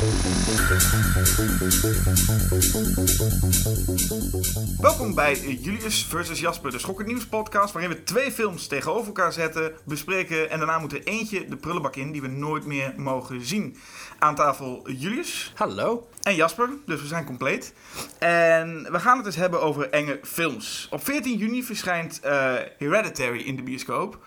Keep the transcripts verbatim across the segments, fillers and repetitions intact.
Welkom bij Julius versus Jasper, de Schokkend Nieuws podcast, waarin we twee films tegenover elkaar zetten, bespreken en daarna moet er eentje de prullenbak in die we nooit meer mogen zien. Aan tafel Julius. Hallo. En Jasper, dus we zijn compleet. En we gaan het dus hebben over enge films. Op veertien juni verschijnt uh, Hereditary in de bioscoop.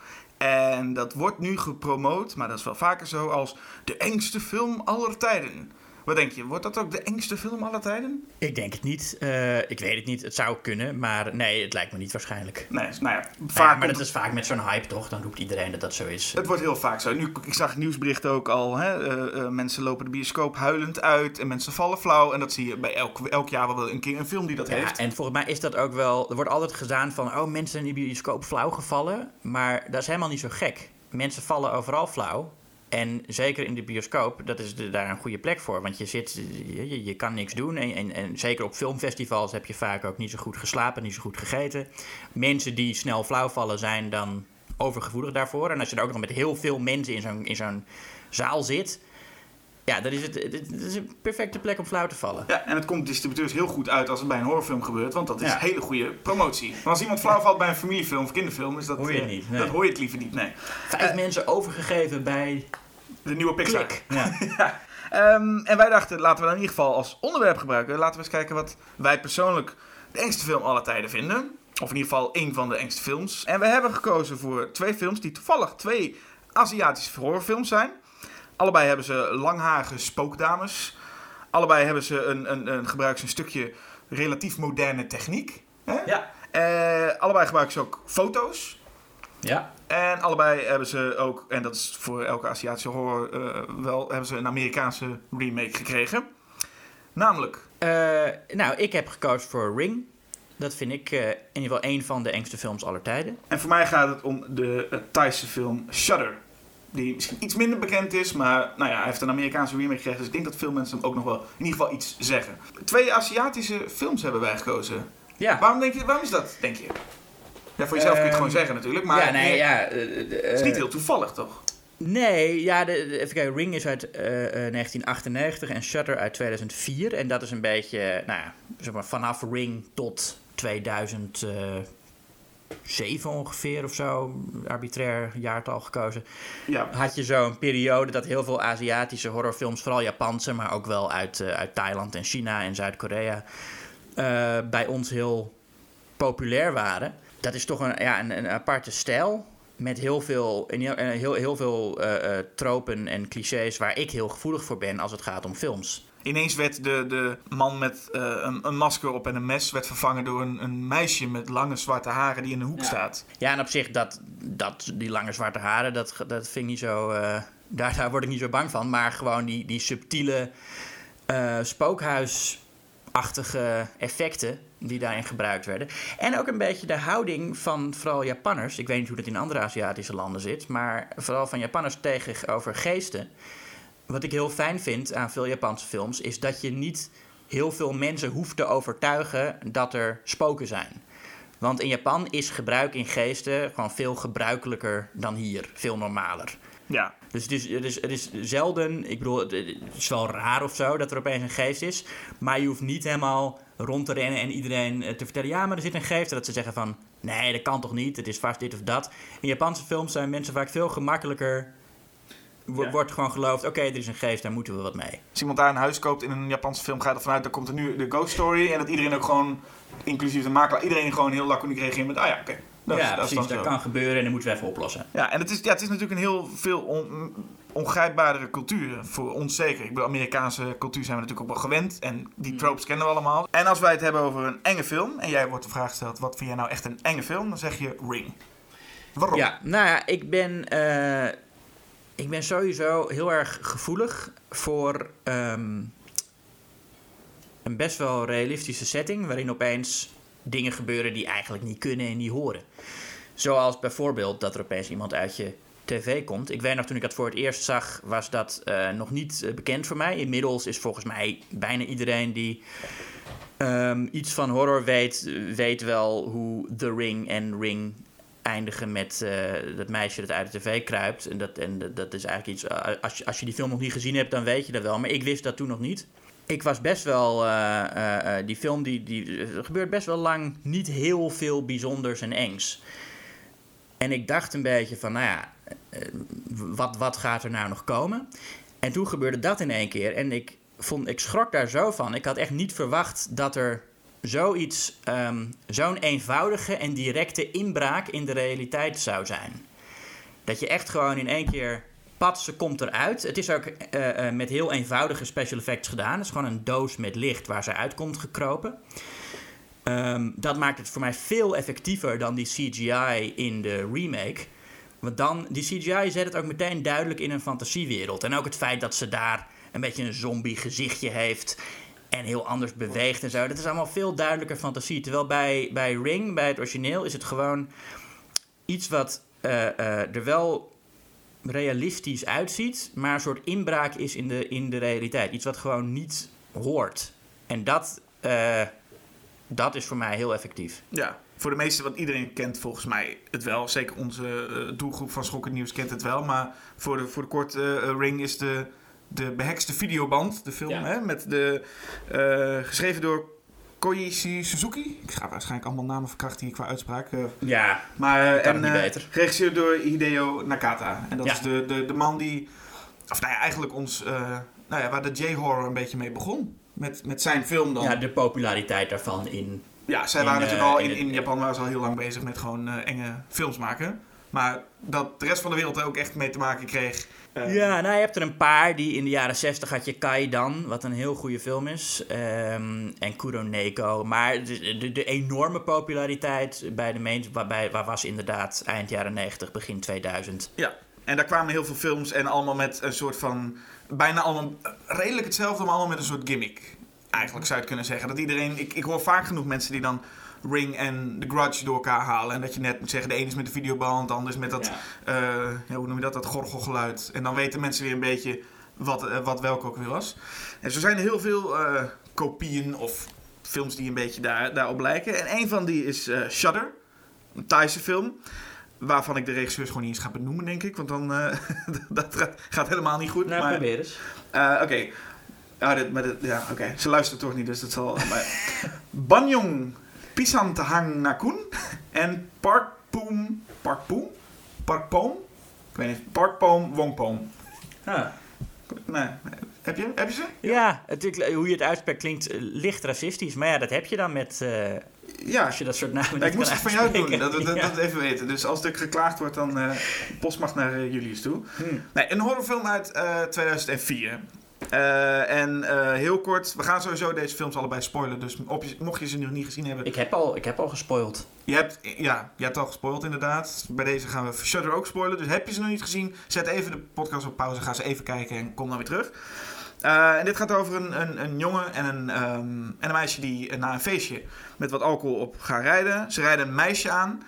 En dat wordt nu gepromoot, maar dat is wel vaker zo, als de engste film aller tijden. Wat denk je, wordt dat ook de engste film aller tijden? Ik denk het niet. Uh, ik weet het niet. Het zou kunnen, maar nee, het lijkt me niet waarschijnlijk. Nee, nou ja, vaak ja, maar dat is vaak met zo'n hype toch? Dan roept iedereen dat dat zo is. Het wordt heel vaak zo. Nu, ik zag nieuwsberichten ook al. Hè? Uh, uh, mensen lopen de bioscoop huilend uit en mensen vallen flauw. En dat zie je bij elk, elk jaar wel een keer een film die dat ja, heeft. En volgens mij is dat ook wel... Er wordt altijd gedaan van, oh, mensen zijn in de bioscoop flauw gevallen. Maar dat is helemaal niet zo gek. Mensen vallen overal flauw. En zeker in de bioscoop, dat is de, daar een goede plek voor. Want je zit, je, je kan niks doen. En, en, en zeker op filmfestivals heb je vaak ook niet zo goed geslapen, niet zo goed gegeten. Mensen die snel flauw vallen zijn dan overgevoelig daarvoor. En als je er ook nog met heel veel mensen in zo'n, in zo'n zaal zit, ja, dan is het, het is een perfecte plek om flauw te vallen. Ja, en het komt distributeurs heel goed uit als het bij een horrorfilm gebeurt, want dat is ja. een hele goede promotie. Maar als iemand flauw valt bij een familiefilm of kinderfilm, is dat, hoor je het niet. Nee. Dat hoor je het liever niet, nee. Vijf uh, mensen overgegeven bij de nieuwe Pixar. Ja. ja. Um, en wij dachten, laten we dan in ieder geval als onderwerp gebruiken. Laten we eens kijken wat wij persoonlijk de engste film aller tijden vinden. Of in ieder geval één van de engste films. En we hebben gekozen voor twee films die toevallig twee Aziatische horrorfilms zijn. Allebei hebben ze langharige spookdames. Allebei hebben ze een, een, een, gebruiken ze een stukje relatief moderne techniek. Hè? Ja. Uh, allebei gebruiken ze ook foto's. Ja. En allebei hebben ze ook, en dat is voor elke Aziatische horror uh, wel, hebben ze een Amerikaanse remake gekregen. Namelijk? Uh, nou, ik heb gekozen voor Ring. Dat vind ik uh, in ieder geval één van de engste films aller tijden. En voor mij gaat het om de uh, Thaise film Shudder. Die misschien iets minder bekend is, maar nou ja, hij heeft een Amerikaanse remake gekregen. Dus ik denk dat veel mensen hem ook nog wel in ieder geval iets zeggen. Twee Aziatische films hebben wij gekozen. Ja. Waarom, denk je, waarom is dat, denk je? Ja, voor jezelf um, kun je het gewoon zeggen natuurlijk. Maar ja, nee, ja, uh, uh, het is niet heel toevallig, toch? Nee, ja, de, de, even kijken. Ring is uit uh, negentien achtennegentig en Shudder uit tweeduizend vier. En dat is een beetje, nou ja, zeg maar vanaf Ring tot tweeduizend zeven ongeveer of zo, arbitrair jaartal gekozen, ja. had je zo een periode dat heel veel Aziatische horrorfilms, vooral Japanse, maar ook wel uit, uh, uit Thailand en China en Zuid-Korea, uh, bij ons heel populair waren. Dat is toch een, ja, een, een aparte stijl met heel veel, heel, heel, heel veel uh, uh, tropen en clichés waar ik heel gevoelig voor ben als het gaat om films. Ineens werd de, de man met uh, een, een masker op en een mes werd vervangen door een, een meisje met lange zwarte haren die in de hoek ja. staat. Ja, en op zich, dat, dat, die lange zwarte haren, dat, dat vind ik niet zo, uh, daar, daar word ik niet zo bang van. Maar gewoon die, die subtiele uh, spookhuisachtige effecten die daarin gebruikt werden. En ook een beetje de houding van vooral Japanners. Ik weet niet hoe dat in andere Aziatische landen zit, maar vooral van Japanners tegenover geesten. Wat ik heel fijn vind aan veel Japanse films is dat je niet heel veel mensen hoeft te overtuigen dat er spoken zijn. Want in Japan is gebruik in geesten gewoon veel gebruikelijker dan hier. Veel normaler. Ja. Dus het is, het is, het is zelden, ik bedoel, het is wel raar of zo dat er opeens een geest is. Maar je hoeft niet helemaal rond te rennen en iedereen te vertellen, ja, maar er zit een geest. Dat ze zeggen van, nee, dat kan toch niet, het is vast dit of dat. In Japanse films zijn mensen vaak veel gemakkelijker. W- ja. Wordt gewoon geloofd, oké, okay, er is een geest, daar moeten we wat mee. Als iemand daar een huis koopt in een Japanse film, gaat er vanuit, dan komt er nu de ghost story. En dat iedereen ook gewoon, inclusief de makelaar, iedereen gewoon heel laconiek reageert met, ah ja, oké. Okay. Dat ja, is, dat precies, dat zo. Kan gebeuren en dat moeten we even oplossen. Ja, en het is, ja, het is natuurlijk een heel veel on, ongrijpbaardere cultuur voor ons zeker. Ik bedoel, Amerikaanse cultuur zijn we natuurlijk ook wel gewend en die tropes kennen we allemaal. En als wij het hebben over een enge film, en jij wordt de vraag gesteld, wat vind jij nou echt een enge film? Dan zeg je Ring. Waarom? Ja, nou ja, ik ben, uh, ik ben sowieso heel erg gevoelig voor um, een best wel realistische setting, waarin opeens dingen gebeuren die eigenlijk niet kunnen en niet horen. Zoals bijvoorbeeld dat er opeens iemand uit je tv komt. Ik weet nog, toen ik dat voor het eerst zag, was dat uh, nog niet uh, bekend voor mij. Inmiddels is volgens mij bijna iedereen die um, iets van horror weet, weet wel hoe The Ring en Ring eindigen met uh, dat meisje dat uit de tv kruipt. En dat, en dat is eigenlijk iets... Uh, als, je, als je die film nog niet gezien hebt, dan weet je dat wel. Maar ik wist dat toen nog niet. Ik was best wel... Uh, uh, uh, die film, die, die, er gebeurt best wel lang niet heel veel bijzonders en engs. En ik dacht een beetje van, nou ja... Uh, wat, wat gaat er nou nog komen? En toen gebeurde dat in één keer. En ik, vond, ik schrok daar zo van. Ik had echt niet verwacht dat er... zoiets, um, zo'n eenvoudige en directe inbraak in de realiteit zou zijn. Dat je echt gewoon in één keer, pats, komt eruit. Het is ook uh, uh, met heel eenvoudige special effects gedaan. Het is gewoon een doos met licht waar ze uitkomt gekropen. Um, dat maakt het voor mij veel effectiever dan die C G I in de remake. Want dan, die C G I zet het ook meteen duidelijk in een fantasiewereld. En ook het feit dat ze daar een beetje een zombie gezichtje heeft... en heel anders beweegt en zo. Dat is allemaal veel duidelijker fantasie. Terwijl bij, bij Ring, bij het origineel... is het gewoon iets wat uh, uh, er wel realistisch uitziet... maar een soort inbraak is in de, in de realiteit. Iets wat gewoon niet hoort. En dat, uh, dat is voor mij heel effectief. Ja, voor de meeste, want iedereen kent volgens mij het wel. Zeker onze uh, doelgroep van Schokkend Nieuws kent het wel. Maar voor de, voor de korte uh, Ring is de... de behekste videoband, de film, ja. hè, met de, uh, geschreven door Koichi Suzuki. Ik ga waarschijnlijk allemaal namen verkrachten hier qua uitspraak. Uh, ja, maar, uh, kan en, niet uh, beter. Geregisseerd door Hideo Nakata. En dat ja. is de, de, de man die, of nou ja, eigenlijk ons, uh, nou ja, waar de J-horror een beetje mee begon. Met, met zijn film dan. Ja, de populariteit daarvan in... Ja, zij in, waren uh, natuurlijk al, in, in, in Japan waren ze al heel lang bezig met gewoon uh, enge films maken. Maar dat de rest van de wereld er ook echt mee te maken kreeg... Uh, ja, nou je hebt er een paar. Die in de jaren zestig had je Kaidan, wat een heel goede film is. Um, en Kuroneko. Maar de, de, de enorme populariteit bij de main, waarbij, waar was inderdaad eind jaren negentig, begin tweeduizend. Ja, en daar kwamen heel veel films en allemaal met een soort van... bijna allemaal redelijk hetzelfde, maar allemaal met een soort gimmick. Eigenlijk zou je het kunnen zeggen. Dat iedereen... Ik, ik hoor vaak genoeg mensen die dan... Ring en The Grudge door elkaar halen. En dat je net moet zeggen, de ene is met de videoband, de ander is met dat, ja. Uh, ja, hoe noem je dat, dat gorgelgeluid. En dan weten mensen weer een beetje wat, uh, wat welke ook weer was. En zo zijn er heel veel uh, kopieën of films die een beetje daar, daarop lijken. En een van die is uh, Shudder, een Thaise film. Waarvan ik de regisseurs gewoon niet eens ga benoemen, denk ik. Want dan uh, dat gaat, gaat helemaal niet goed. Nou, maar, probeer eens. Uh, Oké. Okay. Oh, dit, maar dit, ja, oké. Okay. Ze luistert toch niet, dus dat zal... maar, Banyong Pisantahang Nakun en Parkpoom... Parkpoom? Parkpoom? Ik weet niet. Parkpoom Wongpoom. Ah. Nee. Heb je, heb je ze? Ja, het, hoe je het uitspreekt klinkt licht racistisch. Maar ja, dat heb je dan met... Uh, ja. Als je dat soort namen niet ja, ik moest het van jou doen, dat we dat, ja. dat even weten. Dus als er geklaagd wordt, dan uh, postmacht naar uh, Julius toe. Hmm. Nee, een horrorfilm uit uh, tweeduizend vier. Uh, en uh, heel kort, we gaan sowieso deze films allebei spoilen. Dus op je, mocht je ze nog niet gezien hebben... Ik heb al, ik heb al gespoild. Je hebt, ja, je hebt al gespoild inderdaad. Bij deze gaan we Shudder ook spoilen. Dus heb je ze nog niet gezien, zet even de podcast op pauze. Ga ze even kijken en kom dan weer terug. Uh, en dit gaat over een, een, een jongen en een, um, en een meisje die na een feestje met wat alcohol op gaan rijden. Ze rijden een meisje aan.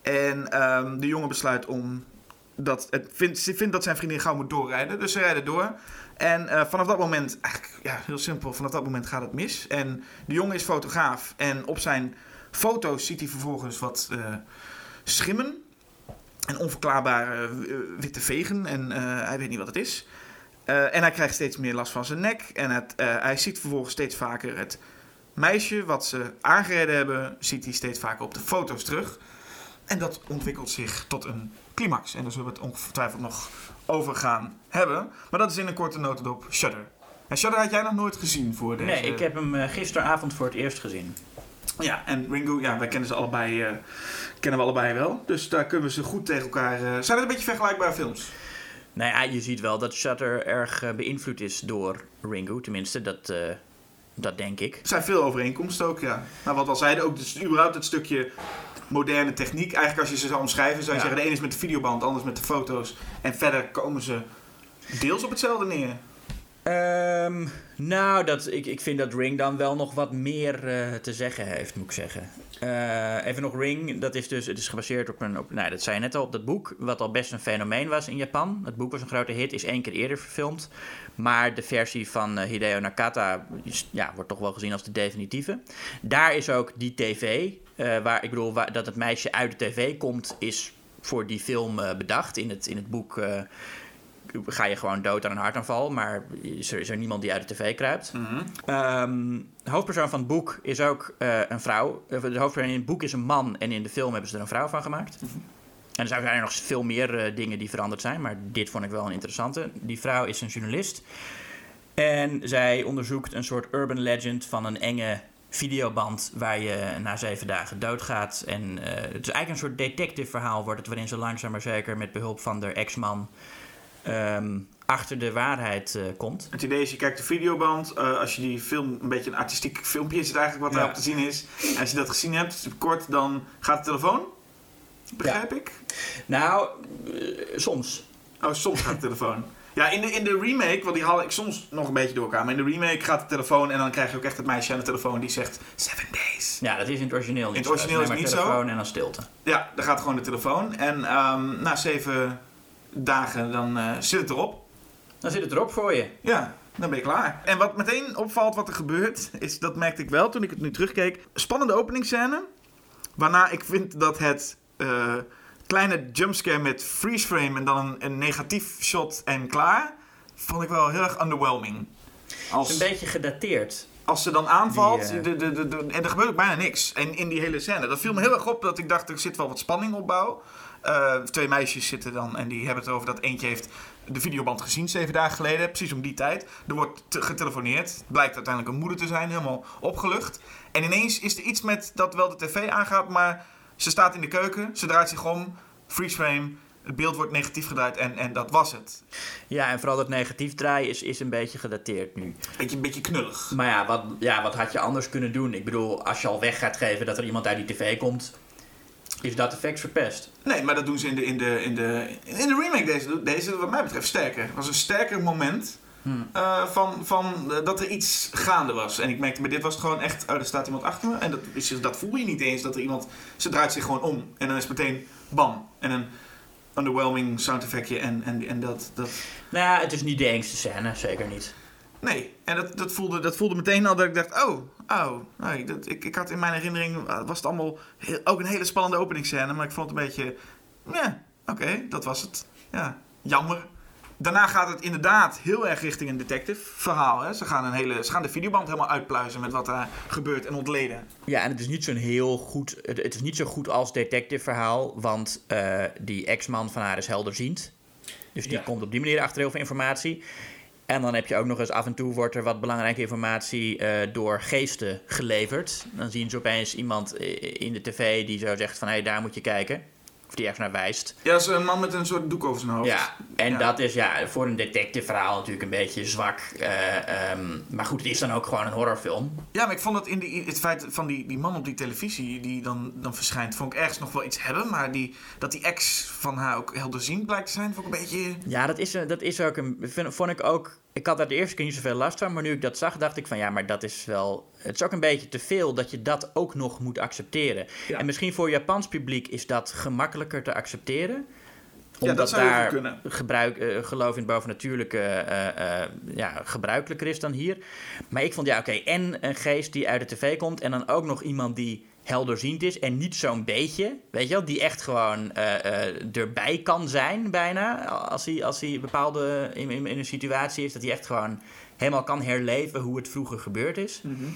En um, de jongen besluit om... Dat het vindt, ze vindt dat zijn vriendin gauw moet doorrijden. Dus ze rijden door. En uh, vanaf dat moment, eigenlijk ja, heel simpel, vanaf dat moment gaat het mis. En de jongen is fotograaf. En op zijn foto's ziet hij vervolgens wat uh, schimmen. En onverklaarbare uh, witte vegen. En uh, hij weet niet wat het is. Uh, en hij krijgt steeds meer last van zijn nek. En het, uh, hij ziet vervolgens steeds vaker het meisje wat ze aangereden hebben. Ziet hij steeds vaker op de foto's terug. En dat ontwikkelt zich tot een climax. En daar zullen we het ongetwijfeld nog over gaan hebben. Maar dat is in een korte notendop Shudder. En Shudder had jij nog nooit gezien voor deze... Nee, ik heb hem uh, gisteravond voor het eerst gezien. Ja, en Ringu, ja, wij kennen ze allebei, uh, kennen we allebei wel. Dus daar kunnen we ze goed tegen elkaar... Uh, zijn het een beetje vergelijkbare films? Nou ja, je ziet wel dat Shudder erg uh, beïnvloed is door Ringu. Tenminste, dat, uh, dat denk ik. Er zijn veel overeenkomsten ook, ja. Nou, wat we al zeiden, ook dus überhaupt het stukje... moderne techniek. Eigenlijk als je ze zou omschrijven, zou je ja. zeggen... de ene is met de videoband, de ander is met de foto's. En verder komen ze deels op hetzelfde neer. Um, nou, dat, ik, ik vind dat Ring dan wel nog wat meer uh, te zeggen heeft, moet ik zeggen. Uh, even nog Ring, dat is dus, het is gebaseerd op een, op, nou, dat zei je net al, op dat boek, wat al best een fenomeen was in Japan. Het boek was een grote hit, is één keer eerder verfilmd. Maar de versie van uh, Hideo Nakata is, ja, wordt toch wel gezien als de definitieve. Daar is ook die tv, uh, waar, ik bedoel, waar, dat het meisje uit de tv komt, is voor die film uh, bedacht. In het, in het boek uh, ga je gewoon dood aan een hartaanval, maar is er, is er niemand die uit de tv kruipt. Mm-hmm. Um, de hoofdpersoon van het boek is ook uh, een vrouw. De hoofdpersoon in het boek is een man en in de film hebben ze er een vrouw van gemaakt. Mm-hmm. En er zijn er nog veel meer uh, dingen die veranderd zijn, maar dit vond ik wel een interessante. Die vrouw is een journalist en zij onderzoekt een soort urban legend van een enge videoband waar je na zeven dagen doodgaat. En uh, het is eigenlijk een soort detective verhaal wordt het, waarin ze langzaam maar zeker met behulp van de ex-man Um, achter de waarheid uh, komt. Het idee is, je kijkt de videoband. Uh, als je die film, een beetje een artistiek filmpje is het eigenlijk wat ja. daarop te zien is. En als je dat gezien hebt, kort, dan gaat de telefoon. Begrijp ja. ik? Nou, uh, soms. Oh, soms gaat de telefoon. Ja, in de, in de remake, want die haal ik soms nog een beetje door elkaar. Maar in de remake gaat de telefoon en dan krijg je ook echt het meisje aan de telefoon die zegt seven days. Ja, dat is in het origineel niet in het origineel zo. is het niet zo. telefoon en dan stilte. Ja, dan gaat gewoon de telefoon. En um, na zeven dagen dan uh, zit het erop. Dan zit het erop voor je. Ja, dan ben je klaar. En wat meteen opvalt wat er gebeurt, is, dat merkte ik wel toen ik het nu terugkeek. Spannende openingsscène. Waarna ik vind dat het uh, kleine jumpscare met freeze frame en dan een, een negatief shot en klaar, vond ik wel heel erg underwhelming. Als, het is een beetje gedateerd. Als ze dan aanvalt, die, uh... de, de, de, de, en er gebeurt ook bijna niks. En in die hele scène. Dat viel me heel erg op dat ik dacht, er zit wel wat spanning opbouw. Uh, twee meisjes zitten dan en die hebben het over dat eentje heeft de videoband gezien zeven dagen geleden, precies om die tijd. Er wordt te- getelefoneerd, blijkt uiteindelijk een moeder te zijn, helemaal opgelucht. En ineens is er iets met dat wel de tv aangaat, maar ze staat in de keuken, ze draait zich om, freeze frame, het beeld wordt negatief gedraaid en, en dat was het. Ja, en vooral dat negatief draaien is, is een beetje gedateerd nu. Beetje, een beetje knullig. Maar ja wat, ja, wat had je anders kunnen doen? Ik bedoel, als je al weg gaat geven dat er iemand uit die tv komt, is dat effect verpest? Nee, maar dat doen ze in de, in de, in de, in de remake deze, deze wat mij betreft sterker. Het was een sterker moment hmm. uh, van, van uh, dat er iets gaande was. En ik merkte bij dit was het gewoon echt, oh, er staat iemand achter me. En dat, is, dat voel je niet eens, dat er iemand, ze draait zich gewoon om. En dan is het meteen bam. En een underwhelming sound effectje en, en, en dat, dat... Nou ja, het is niet de engste scène, zeker niet. Nee, en dat, dat, voelde, dat voelde meteen al dat ik dacht, oh, oh. Nee, dat, ik, ik had in mijn herinnering, was het allemaal heel, ook een hele spannende openingsscène, maar ik vond het een beetje, ja, oké, okay, dat was het. Ja, jammer. Daarna gaat het inderdaad heel erg richting een detective verhaal. Hè? Ze, gaan een hele, ze gaan de videoband helemaal uitpluizen met wat er gebeurt en ontleden. Ja, en het is niet zo'n heel goed, het, het is niet zo goed als detective verhaal, want uh, die ex-man van haar is helderziend. Dus die ja. komt op die manier achter heel veel informatie. En dan heb je ook nog eens af en toe wordt er wat belangrijke informatie uh, door geesten geleverd. Dan zien ze opeens iemand in de tv die zo zegt van hé, hey, daar moet je kijken. Of die ergens naar wijst. Ja, dat is een man met een soort doek over zijn hoofd. Ja, en ja. dat is ja, voor een detective verhaal natuurlijk een beetje zwak. Uh, um, maar goed, het is dan ook gewoon een horrorfilm. Ja, maar ik vond het in die, het feit van die, die man op die televisie die dan, dan verschijnt, vond ik ergens nog wel iets hebben. Maar die, dat die ex van haar ook helderziend blijkt te zijn, vond ik een beetje... Ja, dat is, dat is ook een... Vond ik ook... Ik had daar de eerste keer niet zoveel last van, maar nu ik dat zag, dacht ik van ja, maar dat is wel... Het is ook een beetje te veel dat je dat ook nog moet accepteren. Ja. En misschien voor Japans publiek is dat gemakkelijker te accepteren. Omdat ja, dat zou daar kunnen. Gebruik, uh, geloof in het bovennatuurlijke uh, uh, ja, gebruikelijker is dan hier. Maar ik vond ja, oké, okay, en een geest die uit de tv komt en dan ook nog iemand die helderziend is en niet zo'n beetje, weet je wel, die echt gewoon uh, uh, erbij kan zijn bijna, als hij, als hij bepaalde in, in, in een situatie is, dat hij echt gewoon helemaal kan herleven hoe het vroeger gebeurd is. Mm-hmm.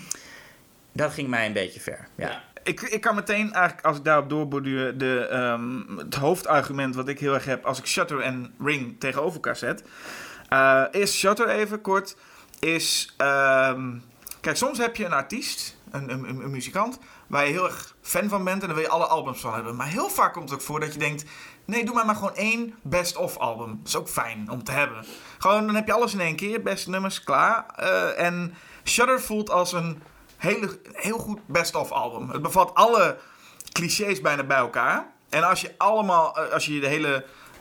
Dat ging mij een beetje ver, ja. ja. Ik, ik kan meteen eigenlijk, als ik daarop doorborduur, de, um, het hoofdargument wat ik heel erg heb als ik Shutter en Ring tegenover elkaar zet. Uh, eerst Shutter even kort, is, um, kijk, soms heb je een artiest, een, een, een, een muzikant, waar je heel erg fan van bent en dan wil je alle albums van hebben. Maar heel vaak komt het ook voor dat je denkt, nee, doe maar maar gewoon één best-of album. Dat is ook fijn om te hebben. Gewoon, dan heb je alles in één keer, beste nummers, klaar. Uh, en Shutter voelt als een hele, heel goed best-of album. Het bevat alle clichés bijna bij elkaar. En als je allemaal, als je de hele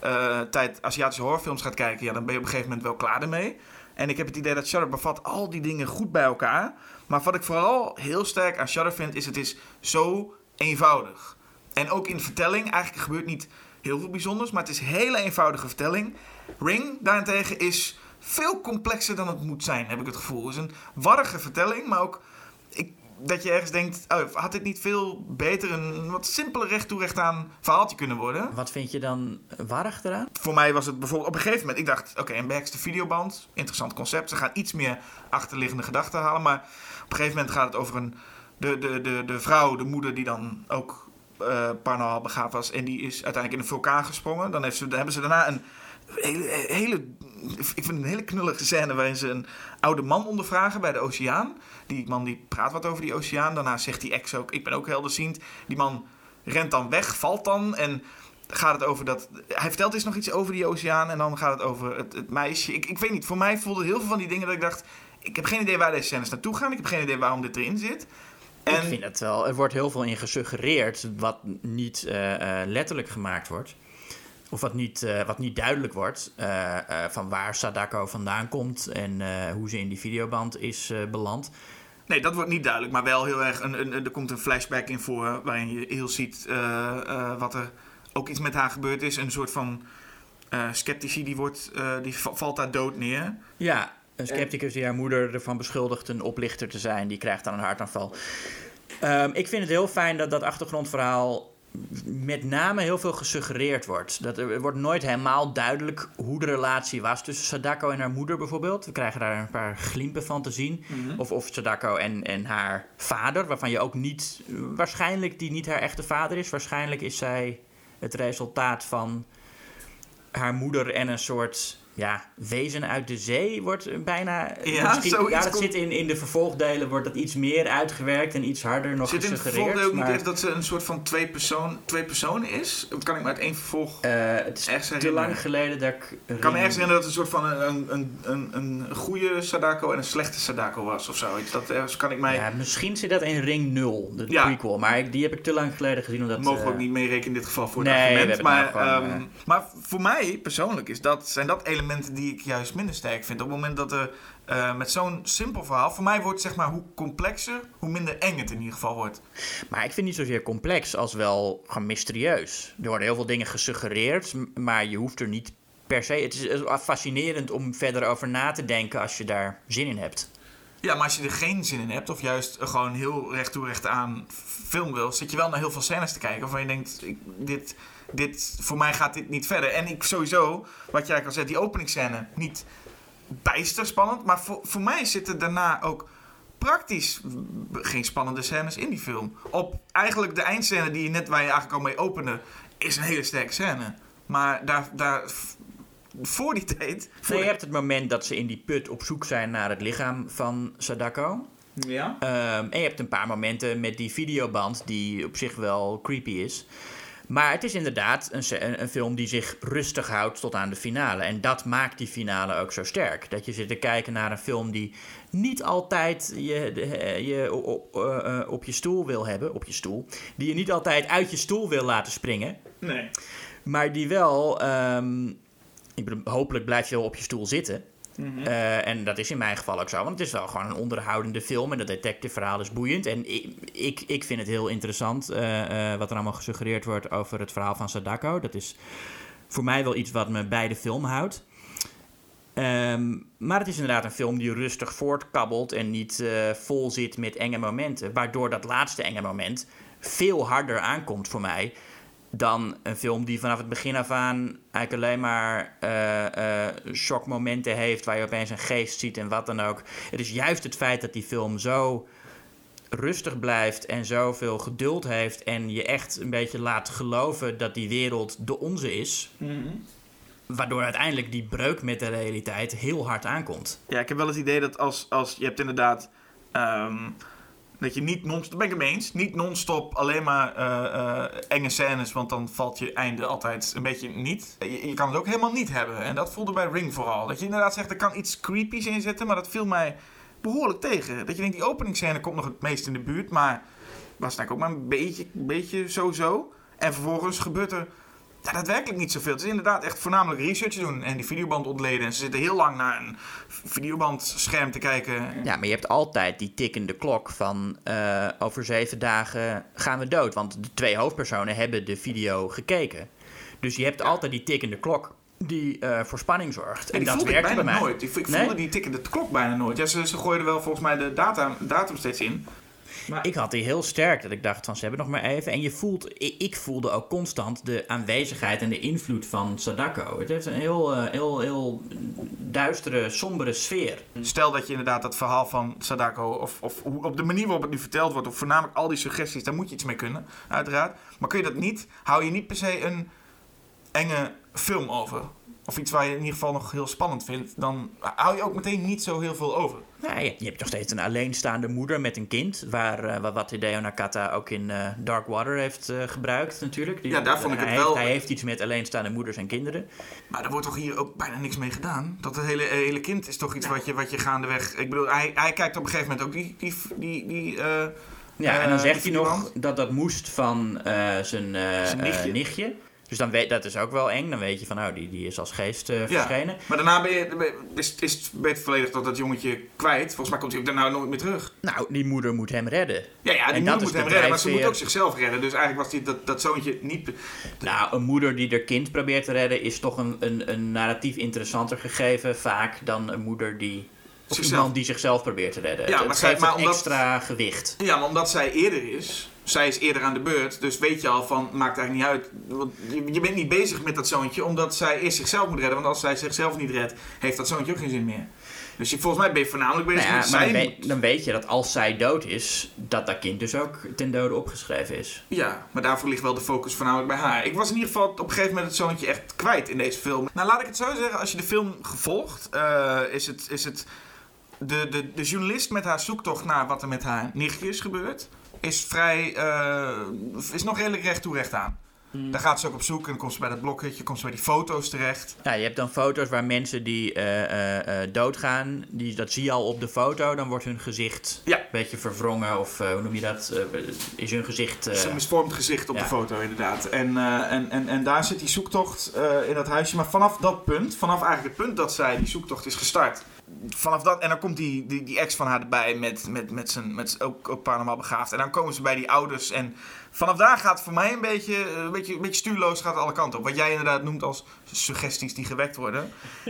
uh, tijd Aziatische horrorfilms gaat kijken, ja, dan ben je op een gegeven moment wel klaar ermee. En ik heb het idee dat Shudder bevat al die dingen goed bij elkaar. Maar wat ik vooral heel sterk aan Shudder vind, is het is zo eenvoudig. En ook in de vertelling, eigenlijk gebeurt niet heel veel bijzonders, maar het is een hele eenvoudige vertelling. Ring daarentegen is veel complexer dan het moet zijn, heb ik het gevoel. Het is een warrige vertelling, maar ook ik, dat je ergens denkt, oh, had dit niet veel beter een wat simpeler recht toe recht aan verhaaltje kunnen worden? Wat vind je dan warrig eraan? Voor mij was het bijvoorbeeld op een gegeven moment, ik dacht, oké, okay, een beheerste videoband, interessant concept. Ze gaan iets meer achterliggende gedachten halen, maar op een gegeven moment gaat het over een, de, de, de, de vrouw, de moeder die dan ook uh, paranormaal begaafd was en die is uiteindelijk in een vulkaan gesprongen. Dan, heeft ze, dan hebben ze daarna een hele, hele, ik vind een hele knullige scène waarin ze een oude man ondervragen bij de oceaan. Die man die praat wat over die oceaan. Daarna zegt die ex ook, ik ben ook helderziend. Die man rent dan weg, valt dan en gaat het over dat... Hij vertelt eens nog iets over die oceaan en dan gaat het over het, het meisje. Ik, ik weet niet, voor mij voelde heel veel van die dingen dat ik dacht, ik heb geen idee waar deze scènes naartoe gaan. Ik heb geen idee waarom dit erin zit. En... Ik vind het wel. Er wordt heel veel in gesuggereerd wat niet uh, uh, letterlijk gemaakt wordt. Of wat niet, uh, wat niet duidelijk wordt. Uh, uh, van waar Sadako vandaan komt en uh, hoe ze in die videoband is uh, beland. Nee, dat wordt niet duidelijk, maar wel heel erg... Een, een, er komt een flashback in voor waarin je heel ziet uh, uh, wat er ook iets met haar gebeurd is. Een soort van uh, sceptici, die, wordt, uh, die v- valt daar dood neer. Ja, een scepticus die haar moeder ervan beschuldigt een oplichter te zijn. Die krijgt dan een hartaanval. Um, ik vind het heel fijn dat dat achtergrondverhaal met name heel veel gesuggereerd wordt. Dat er wordt nooit helemaal duidelijk hoe de relatie was tussen Sadako en haar moeder bijvoorbeeld. We krijgen daar een paar glimpen van te zien. Mm-hmm. Of, of Sadako en, en haar vader, waarvan je ook niet... Waarschijnlijk die niet haar echte vader is. Waarschijnlijk is zij het resultaat van haar moeder en een soort... Ja, wezen uit de zee wordt bijna... Ja, ja dat komt... zit in, in de vervolgdelen, wordt dat iets meer uitgewerkt en iets harder nog gesuggereerd. Zit in het vervolgdeel ook maar... niet echt dat ze een soort van twee, persoon, twee personen is? Of kan ik maar uit één vervolg... Uh, het is te herinneren. lang geleden dat ik... Ik kan me ergens herinneren dat het een soort van een, een, een, een goede Sadako en een slechte Sadako was of zoiets. Dat ergens kan ik mij... Ja, misschien zit dat in Ring nul, de ja. prequel. Maar ik, die heb ik te lang geleden gezien. Omdat, mogen we ook uh... niet meerekenen in dit geval voor nee, het argument. Maar, gewoon, um, uh... maar voor mij persoonlijk is dat, zijn dat elementen die ik juist minder sterk vind. Op het moment dat er uh, met zo'n simpel verhaal... Voor mij wordt zeg maar hoe complexer, hoe minder eng het in ieder geval wordt. Maar ik vind het niet zozeer complex als wel gewoon mysterieus. Er worden heel veel dingen gesuggereerd, maar je hoeft er niet per se... Het is fascinerend om verder over na te denken als je daar zin in hebt. Ja, maar als je er geen zin in hebt of juist gewoon heel recht toe recht aan film wil, zit je wel naar heel veel scènes te kijken waarvan je denkt, ik, dit, dit, voor mij gaat dit niet verder. En ik sowieso, wat jij eigenlijk al zei, die openingsscène, niet bijster spannend, maar voor, voor mij zitten daarna ook praktisch geen spannende scènes in die film. Op eigenlijk de eindscène die je net waar je eigenlijk al mee opende, is een hele sterke scène. Maar daar... daar voor die tijd... Voor nee, je hebt het moment dat ze in die put op zoek zijn naar het lichaam van Sadako. Ja. Um, en je hebt een paar momenten met die videoband die op zich wel creepy is. Maar het is inderdaad een, een film die zich rustig houdt tot aan de finale. En dat maakt die finale ook zo sterk. Dat je zit te kijken naar een film die niet altijd je, je op, uh, op je stoel wil hebben. Op je stoel. Die je niet altijd uit je stoel wil laten springen. Nee. Maar die wel... Um, Ik bedoel, hopelijk blijf je wel op je stoel zitten. Mm-hmm. Uh, en dat is in mijn geval ook zo. Want het is wel gewoon een onderhoudende film. En dat detective verhaal is boeiend. En ik, ik, ik vind het heel interessant uh, uh, wat er allemaal gesuggereerd wordt over het verhaal van Sadako. Dat is voor mij wel iets wat me bij de film houdt. Um, maar het is inderdaad een film die rustig voortkabbelt en niet uh, vol zit met enge momenten. Waardoor dat laatste enge moment veel harder aankomt voor mij dan een film die vanaf het begin af aan eigenlijk alleen maar uh, uh, shockmomenten heeft waar je opeens een geest ziet en wat dan ook. Het is juist het feit dat die film zo rustig blijft en zoveel geduld heeft en je echt een beetje laat geloven dat die wereld de onze is. Mm-hmm. Waardoor uiteindelijk die breuk met de realiteit heel hard aankomt. Ja, ik heb wel het idee dat als, als je hebt inderdaad... Um, dat je niet non-stop... Dat ben ik het mee eens. Niet non-stop alleen maar uh, uh, enge scènes, want dan valt je einde altijd een beetje niet. Je, je kan het ook helemaal niet hebben. En dat voelde bij Ring vooral. Dat je inderdaad zegt, er kan iets creepies in zitten, maar dat viel mij behoorlijk tegen. Dat je denkt, die openingsscène komt nog het meest in de buurt, maar was eigenlijk ook maar een beetje, een beetje zo-zo. En vervolgens gebeurt er Ja, daadwerkelijk niet zoveel. Het is inderdaad echt voornamelijk research doen en die videoband ontleden. En ze zitten heel lang naar een videobandscherm te kijken. Ja, maar je hebt altijd die tikkende klok van uh, over zeven dagen gaan we dood. Want de twee hoofdpersonen hebben de video gekeken. Dus je hebt ja. altijd die tikkende klok die uh, voor spanning zorgt. En, en dat werkt bijna bij mij. nooit. Ik, ik nee? voelde die tikkende klok bijna nooit. Ja, ze, ze gooiden wel volgens mij de data, datum steeds in. Maar ik had die heel sterk, dat ik dacht van ze hebben nog maar even. En je voelt, ik, ik voelde ook constant de aanwezigheid en de invloed van Sadako. Het heeft een heel, uh, heel, heel duistere, sombere sfeer. Stel dat je inderdaad dat verhaal van Sadako, of, of op de manier waarop het nu verteld wordt, of voornamelijk al die suggesties, daar moet je iets mee kunnen, uiteraard. Maar kun je dat niet, hou je niet per se een enge film over. Of iets waar je in ieder geval nog heel spannend vindt, dan hou je ook meteen niet zo heel veel over. Nou, je, je hebt nog steeds een alleenstaande moeder met een kind, waar uh, wat Hideo Nakata ook in uh, Dark Water heeft uh, gebruikt natuurlijk. Die, ja, daar vond ik hij het wel... Heeft, hij heeft iets met alleenstaande moeders en kinderen. Maar daar wordt toch hier ook bijna niks mee gedaan? Dat het hele, hele kind is toch iets nou. wat, je, wat je gaandeweg... Ik bedoel, hij, hij kijkt op een gegeven moment ook die... die, die, die uh, ja, en dan zegt hij nog dat dat moest van uh, zijn, uh, zijn nichtje. Uh, nichtje. Dus dan weet, dat is ook wel eng. Dan weet je van, nou, die, die is als geest uh, verschenen. Ja, maar daarna ben je, is, is het volledig dat dat jongetje kwijt. Volgens mij komt hij ook daarna nooit meer terug. Nou, die moeder moet hem redden. Ja, ja die en moeder moet hem redden, maar ze moet ook zichzelf redden. Dus eigenlijk was die, dat, dat zoontje niet... Nou, een moeder die haar kind probeert te redden is toch een, een, een narratief interessanter gegeven vaak dan een moeder die... Of zichzelf. Iemand die zichzelf probeert te redden. Ja, het maar geeft zij, maar een omdat, extra gewicht. Ja, maar omdat zij eerder is... Zij is eerder aan de beurt, dus weet je al van, maakt eigenlijk niet uit. Want je, je bent niet bezig met dat zoontje, omdat zij eerst zichzelf moet redden. Want als zij zichzelf niet redt, heeft dat zoontje ook geen zin meer. Dus je, volgens mij ben je voornamelijk bezig nou ja, met maar zij dan, weet, dan weet je dat als zij dood is, dat dat kind dus ook ten dode opgeschreven is. Ja, maar daarvoor ligt wel de focus voornamelijk bij haar. Ik was in ieder geval op een gegeven moment het zoontje echt kwijt in deze film. Nou, laat ik het zo zeggen, als je de film gevolgd, uh, is het... Is het de, de, de journalist met haar zoektocht naar wat er met haar nichtje is gebeurd... is vrij, uh, is nog redelijk recht toe recht aan. Hmm. Daar gaat ze ook op zoek en dan komt ze bij dat blokhutje, komt ze bij die foto's terecht. Ja, je hebt dan foto's waar mensen die uh, uh, uh, doodgaan, die, dat zie je al op de foto, dan wordt hun gezicht ja. een beetje verwrongen of uh, hoe noem je dat, uh, is hun gezicht... Uh... Het is een misvormd gezicht op ja. de foto inderdaad. En, uh, en, en, en daar zit die zoektocht uh, in dat huisje, maar vanaf dat punt, vanaf eigenlijk het punt dat zij die zoektocht is gestart... Vanaf dat, en dan komt die, die, die ex van haar erbij met, met, met zijn, met ook, ook paranormaal begaafd. En dan komen ze bij die ouders. En vanaf daar gaat het voor mij een beetje, een beetje, een beetje stuurloos, gaat alle kanten op. Wat jij inderdaad noemt als suggesties die gewekt worden.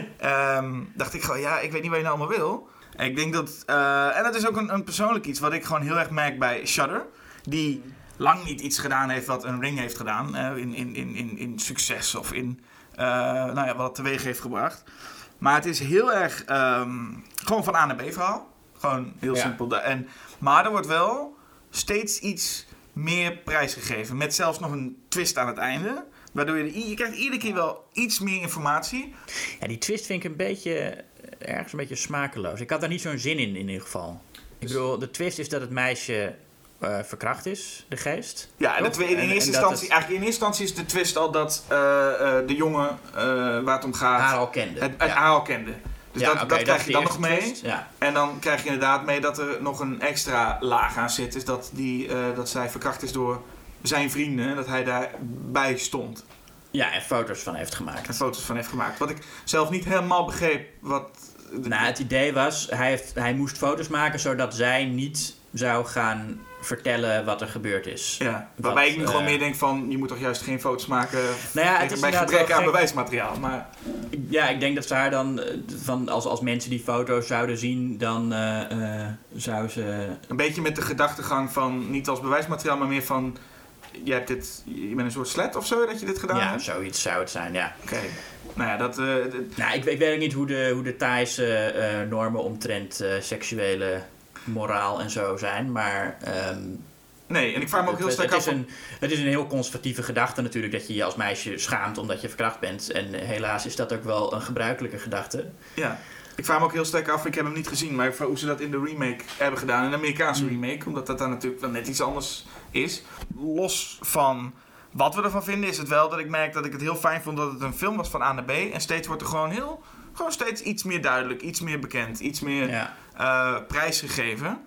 um, dacht ik gewoon, ja, ik weet niet wat je nou allemaal wil. En ik denk dat, uh, en dat is ook een, een persoonlijk iets wat ik gewoon heel erg merk bij Shudder. Die lang niet iets gedaan heeft wat een Ring heeft gedaan. Uh, in, in, in, in, in succes of in, uh, nou ja, wat het teweeg heeft gebracht. Maar het is heel erg um, gewoon van A naar B verhaal. Gewoon heel ja. simpel. En, maar er wordt wel steeds iets meer prijsgegeven. Met zelfs nog een twist aan het einde. Waardoor je, je krijgt iedere keer wel iets meer informatie. Ja, die twist vind ik een beetje, ergens een beetje smakeloos. Ik had daar niet zo'n zin in, in ieder geval. Ik bedoel, de twist is dat het meisje... Uh, verkracht is, de geest. Ja, en, in, in, in, eerste instantie, het... eigenlijk in eerste instantie is de twist al dat uh, uh, de jongen uh, waar het om gaat... haar al kende. Het, het ja. haar al kende. Dus ja, dat, okay, dat krijg dat je dan nog mee. Ja. En dan krijg je inderdaad mee dat er nog een extra laag aan zit. Is dat, die, uh, dat zij verkracht is door zijn vrienden. Dat hij daarbij stond. Ja, en foto's van heeft gemaakt. En foto's van heeft gemaakt. Wat ik zelf niet helemaal begreep. Wat de... Nou, het idee was, hij, heeft, hij moest foto's maken zodat zij niet zou gaan... vertellen wat er gebeurd is. Ja, waarbij wat, ik nu uh, gewoon meer denk van... je moet toch juist geen foto's maken... Nou ja, het is bij gebrek aan bewijsmateriaal. Maar... Ja, ik denk dat ze haar dan... Van als, als mensen die foto's zouden zien... dan uh, uh, zou ze... Een beetje met de gedachtegang van... niet als bewijsmateriaal, maar meer van... je hebt dit... je bent een soort slet of zo dat je dit gedaan ja, hebt? Ja, zoiets zou het zijn, ja. Oké. Okay. Nou ja, dat... Uh, de... Nou, ik, ik weet ook niet hoe de, hoe de Thaise uh, normen omtrent uh, seksuele... moraal en zo zijn, maar... Um, nee, en ik vraag me ook heel het, sterk het af... Is een, het is een heel conservatieve gedachte natuurlijk... dat je je als meisje schaamt omdat je verkracht bent. En helaas is dat ook wel een gebruikelijke gedachte. Ja, ik vraag me ook heel sterk af... ik heb hem niet gezien, maar hoe ze dat in de remake hebben gedaan. In de Amerikaanse mm. remake, omdat dat dan natuurlijk wel net iets anders is. Los van wat we ervan vinden, is het wel dat ik merk dat ik het heel fijn vond... dat het een film was van A naar B. En steeds wordt er gewoon heel... gewoon steeds iets meer duidelijk, iets meer bekend, iets meer... Ja. Uh, prijsgegeven.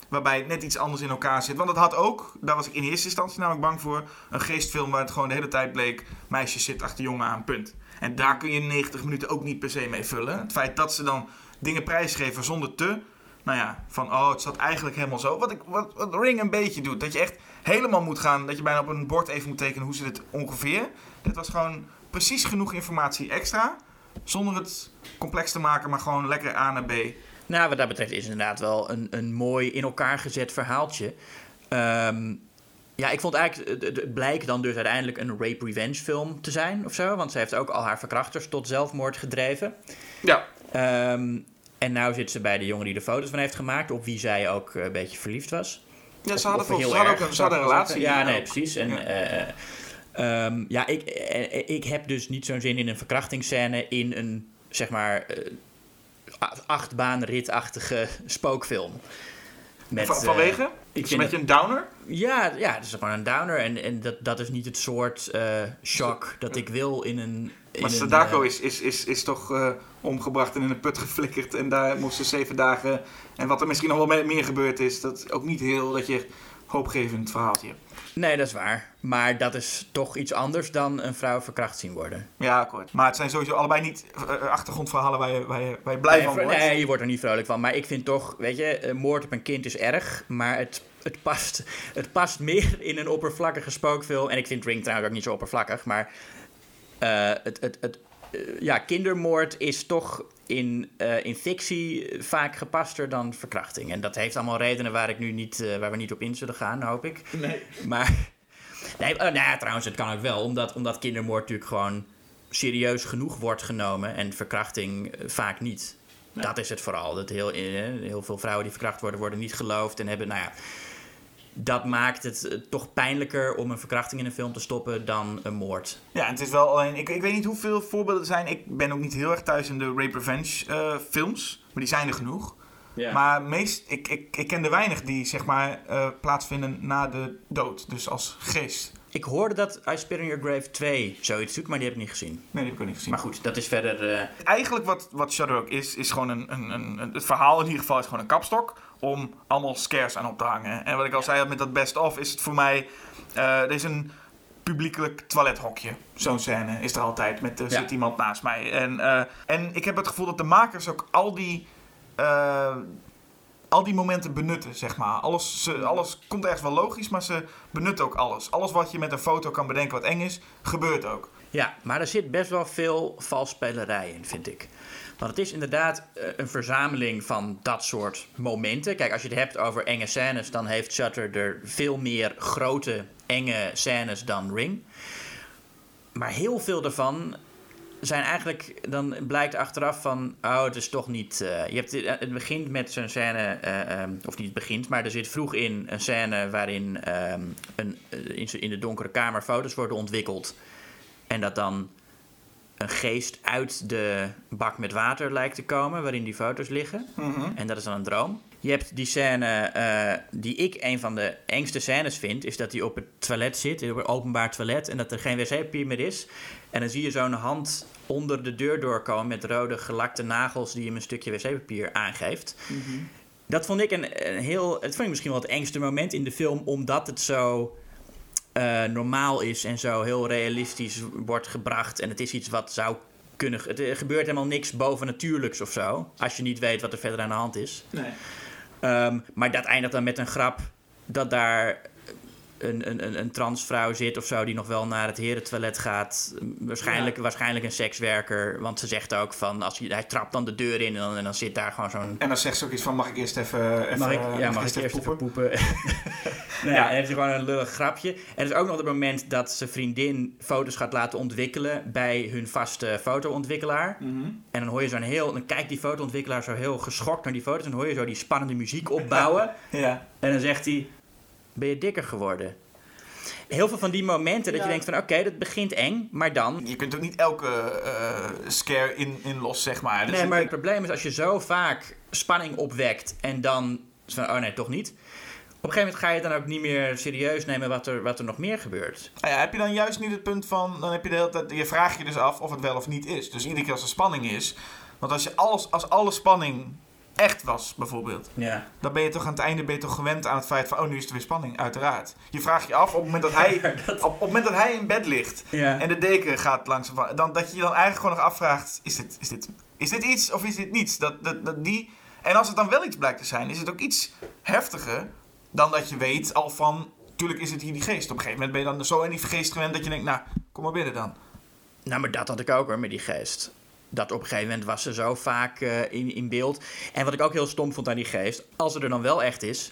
waarbij het net iets anders in elkaar zit. Want het had ook, daar was ik in eerste instantie namelijk bang voor, een geestfilm waar het gewoon de hele tijd bleek, meisje zit achter jongen aan, punt. En daar kun je negentig minuten ook niet per se mee vullen. Het feit dat ze dan dingen prijsgeven zonder te, nou ja, van oh, het zat eigenlijk helemaal zo. Wat, ik, wat, wat Ring een beetje doet, dat je echt helemaal moet gaan, dat je bijna op een bord even moet tekenen hoe ze dit ongeveer. Dit was gewoon precies genoeg informatie extra, zonder het complex te maken, maar gewoon lekker A naar B. Nou, wat dat betreft is het inderdaad wel een, een mooi in elkaar gezet verhaaltje. Um, ja, ik vond eigenlijk, het, het blijkt dan dus uiteindelijk een rape-revenge film te zijn of zo. Want ze heeft ook al haar verkrachters tot zelfmoord gedreven. Ja. Um, en nou zit ze bij de jongen die de foto's van heeft gemaakt, op wie zij ook een beetje verliefd was. Ja, ze hadden, of, of volgens, ze hadden ook een, ze hadden een relatie. Ja, nee, ook. precies. En, ja, uh, um, ja ik, ik heb dus niet zo'n zin in een verkrachtingsscène in een, zeg maar, uh, achtbaanritachtige spookfilm. Met, Van, vanwege? Uh, ik is een beetje een downer? Ja, ja, het is gewoon een downer. En, en dat, dat is niet het soort uh, shock dat ik wil in een... In maar Sadako uh, is, is, is, is toch uh, omgebracht en in een put geflikkerd. En daar moesten zeven dagen... En wat er misschien nog wel meer gebeurd is, dat is ook niet heel dat je hoopgevend verhaaltje hebt. Nee, dat is waar. Maar dat is toch iets anders dan een vrouw verkracht zien worden. Ja, akkoord. Maar het zijn sowieso allebei niet uh, achtergrondverhalen waar je, waar, je, waar je blij nee, van wordt. Nee, je wordt er niet vrolijk van. Maar ik vind toch, weet je, uh, moord op een kind is erg. Maar het, het, past, het past meer in een oppervlakkige spookfilm. En ik vind Ring trouwens ook niet zo oppervlakkig. Maar uh, het, het, het, uh, ja, kindermoord is toch in, uh, in fictie vaak gepaster dan verkrachting. En dat heeft allemaal redenen waar, ik nu niet, uh, waar we niet op in zullen gaan, hoop ik. Nee. Maar... Nee, uh, nou ja, trouwens, het kan ook wel. Omdat, omdat kindermoord natuurlijk gewoon serieus genoeg wordt genomen. En verkrachting uh, vaak niet. Nee. Dat is het vooral. Dat heel, uh, heel veel vrouwen die verkracht worden, worden niet geloofd. En hebben, nou ja... Dat maakt het uh, toch pijnlijker om een verkrachting in een film te stoppen dan een moord. Ja, en het is wel alleen... Ik, ik weet niet hoeveel voorbeelden er zijn. Ik ben ook niet heel erg thuis in de rape-revenge uh, films. Maar die zijn er genoeg. Ja. Maar meest, ik, ik, ik ken er weinig die zeg maar uh, plaatsvinden na de dood. Dus als geest. Ik hoorde dat I Spit on Your Grave twee zoiets doet, maar die heb ik niet gezien. Nee, die heb ik ook niet gezien. Maar goed, dat is verder... Uh... Eigenlijk wat, wat Shudder ook is, is gewoon een, een, een... Het verhaal in ieder geval is gewoon een kapstok om allemaal scares aan op te hangen. En wat ik al zei met dat best-of is het voor mij... Uh, er is een publiekelijk toilethokje. Zo'n scène is er altijd. Met er ja. zit iemand naast mij. En, uh, en ik heb het gevoel dat de makers ook al die... Uh, al die momenten benutten, zeg maar. Alles, ze, alles komt ergens wel logisch, maar ze benutten ook alles. Alles wat je met een foto kan bedenken wat eng is, gebeurt ook. Ja, maar er zit best wel veel valsspelerij in, vind ik. Want het is inderdaad een verzameling van dat soort momenten. Kijk, als je het hebt over enge scènes, dan heeft Shutter er veel meer grote, enge scènes dan Ring. Maar heel veel daarvan... zijn eigenlijk, dan blijkt achteraf van, oh, het is toch niet... Uh, je hebt, het begint met zo'n scène, uh, um, of niet het begint, maar er zit vroeg in een scène waarin um, een, uh, in de donkere kamer foto's worden ontwikkeld. En dat dan een geest uit de bak met water lijkt te komen, waarin die foto's liggen. Mm-hmm. En dat is dan een droom. Je hebt die scène, uh, die ik een van de engste scènes vind, is dat hij op het toilet zit, op een openbaar toilet, en dat er geen wc-papier meer is. En dan zie je zo'n hand onder de deur doorkomen met rode gelakte nagels die hem een stukje wc-papier aangeeft. Mm-hmm. Dat vond ik een, een heel, het vond ik misschien wel het engste moment in de film, omdat het zo uh, normaal is en zo heel realistisch wordt gebracht. En het is iets wat zou kunnen... Het er gebeurt helemaal niks bovennatuurlijks of zo, als je niet weet wat er verder aan de hand is. Nee. Um, maar dat eindigt dan met een grap dat daar een, een, een transvrouw zit of zo die nog wel naar het herentoilet gaat. Waarschijnlijk, ja. waarschijnlijk een sekswerker, want ze zegt ook van, als hij, hij trapt dan de deur in en dan, en dan zit daar gewoon zo'n... En dan zegt ze ook iets van, mag ik eerst even, even mag ik, ja, mag, mag ik eerst even poepen? Even poepen? nou ja, en heeft hij gewoon een lullig grapje. En er is ook nog het moment dat zijn vriendin foto's gaat laten ontwikkelen bij hun vaste fotoontwikkelaar. Mm-hmm. En dan hoor je zo'n heel, dan kijkt die fotoontwikkelaar zo heel geschokt naar die foto's en dan hoor je zo die spannende muziek opbouwen. ja. En dan zegt hij, ben je dikker geworden? Heel veel van die momenten dat ja. je denkt van, oké, okay, dat begint eng, maar dan... Je kunt ook niet elke uh, scare in, in los, zeg maar. Dus nee, maar het probleem is als je zo vaak spanning opwekt en dan van, oh nee, toch niet. Op een gegeven moment ga je dan ook niet meer serieus nemen wat er, wat er nog meer gebeurt. Ah ja, heb je dan juist niet het punt van, dan heb je de hele tijd, je vraagt je dus af of het wel of niet is. Dus iedere keer als er spanning is, want als je alles, als alle spanning echt was, bijvoorbeeld. Ja. Dan ben je toch aan het einde ben je toch gewend aan het feit van... oh, nu is er weer spanning, uiteraard. Je vraagt je af op het moment dat hij, Ja, dat... op, op het moment dat hij in bed ligt... Ja. en de deken gaat langs... Dan, dat je je dan eigenlijk gewoon nog afvraagt... is dit, is dit, is dit iets of is dit niets? Dat, dat, dat die... En als het dan wel iets blijkt te zijn... is het ook iets heftiger... dan dat je weet al van... tuurlijk is het hier die geest. Op een gegeven moment ben je dan zo in die geest gewend... dat je denkt, nou, kom maar binnen dan. Nou, maar dat had ik ook hoor, met die geest. Dat op een gegeven moment was ze zo vaak uh, in, in beeld. En wat ik ook heel stom vond aan die geest... als het er dan wel echt is...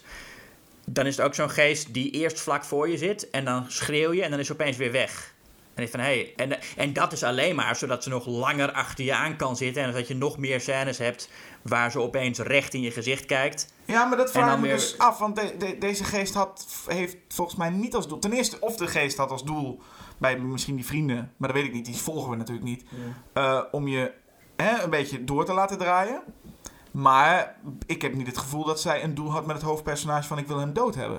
dan is het ook zo'n geest die eerst vlak voor je zit... en dan schreeuw je en dan is ze opeens weer weg. En ik van, hey, en, en dat is alleen maar zodat ze nog langer achter je aan kan zitten... en dat je nog meer scènes hebt... waar ze opeens recht in je gezicht kijkt. Ja, maar dat vraag ik me weer... dus af. Want de, de, deze geest had, heeft volgens mij niet als doel... Ten eerste, of de geest had als doel... bij misschien die vrienden... maar dat weet ik niet, die volgen we natuurlijk niet... Ja. Uh, om je hè, een beetje door te laten draaien. Maar ik heb niet het gevoel dat zij een doel had met het hoofdpersonage... van ik wil hem dood hebben.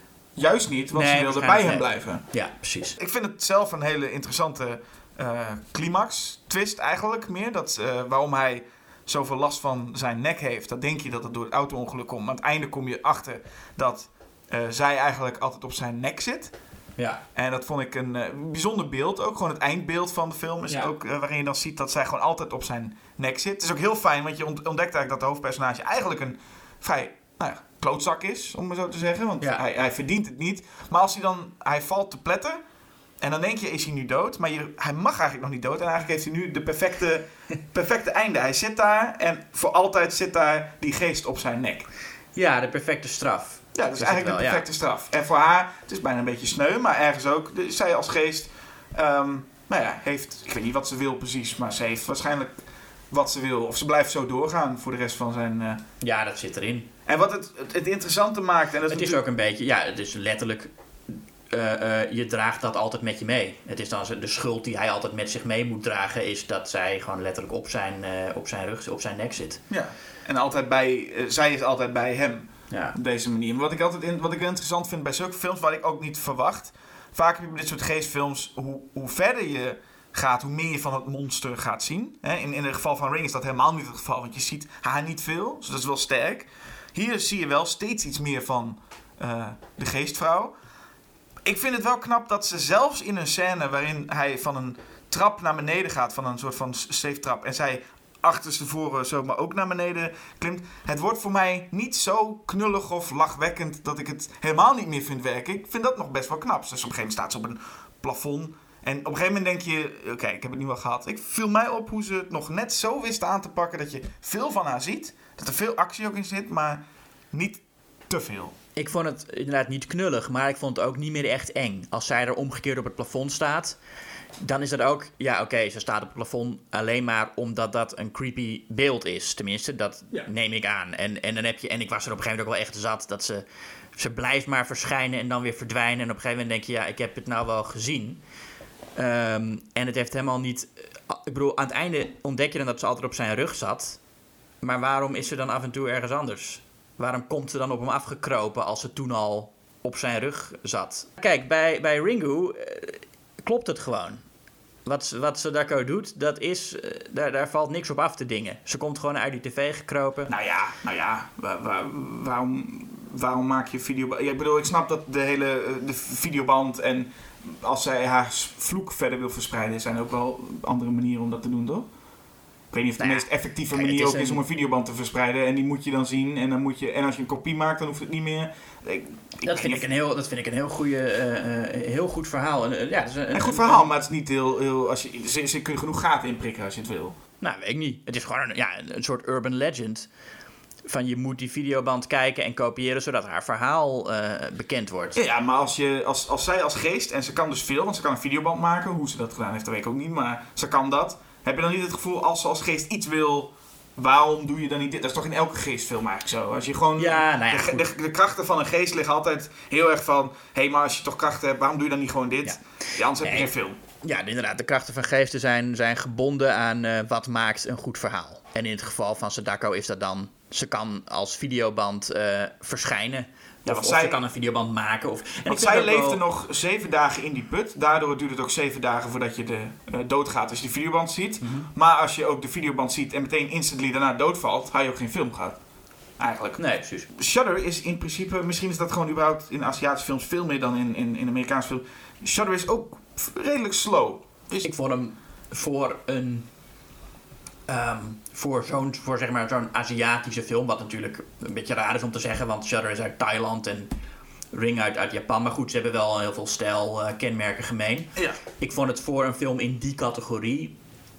Juist niet, want nee, ze wilde bij hem blijven. Ja, precies. Ik vind het zelf een hele interessante uh, climax, twist eigenlijk meer. Dat, uh, waarom hij zoveel last van zijn nek heeft. Dat denk je dat het door het auto-ongeluk komt. Maar aan het einde kom je achter dat uh, zij eigenlijk altijd op zijn nek zit. Ja. En dat vond ik een uh, bijzonder beeld. Ook gewoon het eindbeeld van de film is ja. ook uh, waarin je dan ziet dat zij gewoon altijd op zijn nek zit. Het is ook heel fijn, want je ontdekt eigenlijk dat de hoofdpersonage eigenlijk een vrij... nou ja, klootzak is, om maar zo te zeggen. Want ja. hij, hij verdient het niet. Maar als hij dan... Hij valt te pletten. En dan denk je, is hij nu dood? Maar je, hij mag eigenlijk nog niet dood. En eigenlijk heeft hij nu de perfecte, perfecte einde. Hij zit daar en voor altijd zit daar die geest op zijn nek. Ja, de perfecte straf. Ja, dat is eigenlijk wel, de perfecte ja. straf. En voor haar, het is bijna een beetje sneu, maar ergens ook. De, zij als geest, um, nou ja, heeft... Ik weet niet wat ze wil precies, maar ze heeft waarschijnlijk... wat ze wil. Of ze blijft zo doorgaan voor de rest van zijn... Uh... Ja, dat zit erin. En wat het, het, het interessante maakt... En dat het is natuurlijk... ook een beetje... Ja, het is letterlijk... Uh, uh, je draagt dat altijd met je mee. Het is dan de schuld die hij altijd met zich mee moet dragen... is dat zij gewoon letterlijk op zijn, uh, op zijn rug, op zijn nek zit. Ja, en altijd bij... Uh, zij is altijd bij hem. Ja. Op deze manier. Maar wat ik altijd in, wat ik interessant vind bij zulke films... wat ik ook niet verwacht... Vaak heb je bij dit soort geestfilms... hoe, hoe verder je... gaat, hoe meer je van het monster gaat zien. In, in het geval van Ring is dat helemaal niet het geval, want je ziet haar niet veel, dus dat is wel sterk. Hier zie je wel steeds iets meer van uh, de geestvrouw. Ik vind het wel knap dat ze zelfs in een scène waarin hij van een trap naar beneden gaat, van een soort van steeftrap, en zij achterstevoren zomaar ook naar beneden klimt. Het wordt voor mij niet zo knullig of lachwekkend dat ik het helemaal niet meer vind werken. Ik vind dat nog best wel knap. Dus op een gegeven moment staat ze op een plafond. En op een gegeven moment denk je, oké, okay, ik heb het nu wel gehad. Ik viel mij op hoe ze het nog net zo wist aan te pakken dat je veel van haar ziet. Dat er veel actie ook in zit, maar niet te veel. Ik vond het inderdaad niet knullig, maar ik vond het ook niet meer echt eng. Als zij er omgekeerd op het plafond staat, dan is dat ook... Ja, oké, okay, ze staat op het plafond alleen maar omdat dat een creepy beeld is. Tenminste, dat ja. neem ik aan. En, en dan heb je... En ik was er op een gegeven moment ook wel echt zat dat ze... Ze blijft maar verschijnen en dan weer verdwijnen. En op een gegeven moment denk je, ja, ik heb het nou wel gezien. Um, en het heeft helemaal niet... Ik bedoel, aan het einde ontdek je dan dat ze altijd op zijn rug zat. Maar waarom is ze dan af en toe ergens anders? Waarom komt ze dan op hem afgekropen als ze toen al op zijn rug zat? Kijk, bij, bij Ringu uh, klopt het gewoon. Wat, wat Sadako doet, dat is... Uh, daar, daar valt niks op af te dingen. Ze komt gewoon uit die tv gekropen. Nou ja, nou ja. Waar, waar, waarom, waarom maak je video... Ik bedoel, ik snap dat de hele de videoband en... Als zij haar vloek verder wil verspreiden, zijn er ook wel andere manieren om dat te doen, toch? Ik weet niet of de nou ja, meest effectieve kijk, manier is ook een... is om een videoband te verspreiden. En die moet je dan zien. En, dan moet je, en als je een kopie maakt, dan hoeft het niet meer. Ik, ik dat, vind ik een heel, dat vind ik een heel, goede, uh, heel goed verhaal. En, uh, ja, dus een, een goed verhaal, maar het is niet heel... heel als je, ze, ze kunnen genoeg gaten inprikken als je het wil. Nou, weet ik niet. Het is gewoon een, ja, een soort urban legend. Van je moet die videoband kijken en kopiëren zodat haar verhaal uh, bekend wordt. Ja, maar als, je, als, als zij als geest, en ze kan dus veel, want ze kan een videoband maken. Hoe ze dat gedaan heeft, dat weet ik ook niet, maar ze kan dat. Heb je dan niet het gevoel, als ze als geest iets wil, waarom doe je dan niet dit? Dat is toch in elke geestfilm eigenlijk zo? Als je gewoon, ja, nou ja, de, de, de krachten van een geest liggen altijd heel erg van, hé, hey, maar als je toch krachten hebt, waarom doe je dan niet gewoon dit? Ja, ja anders nee. heb je geen film. Ja, inderdaad. De krachten van geesten zijn, zijn gebonden aan uh, wat maakt een goed verhaal. En in het geval van Sadako is dat dan... Ze kan als videoband uh, verschijnen. Ja, of, of zij, ze kan een videoband maken. Of, en want zij leefde wel... nog zeven dagen in die put. Daardoor duurt het ook zeven dagen voordat je de, uh, doodgaat als je die videoband ziet. Mm-hmm. Maar als je ook de videoband ziet en meteen instantly daarna doodvalt, had je ook geen film gehad. eigenlijk. Nee, precies. Shudder is in principe, misschien is dat gewoon überhaupt in Aziatische films veel meer dan in, in, in Amerikaanse films. Shudder is ook redelijk slow. Is... Ik vond hem voor een... Um, voor zo'n voor zeg maar, zo'n Aziatische film, wat natuurlijk een beetje raar is om te zeggen, want Shudder is uit Thailand en Ring uit, uit Japan. Maar goed, ze hebben wel heel veel stijl uh, kenmerken gemeen. Ja. Ik vond het voor een film in die categorie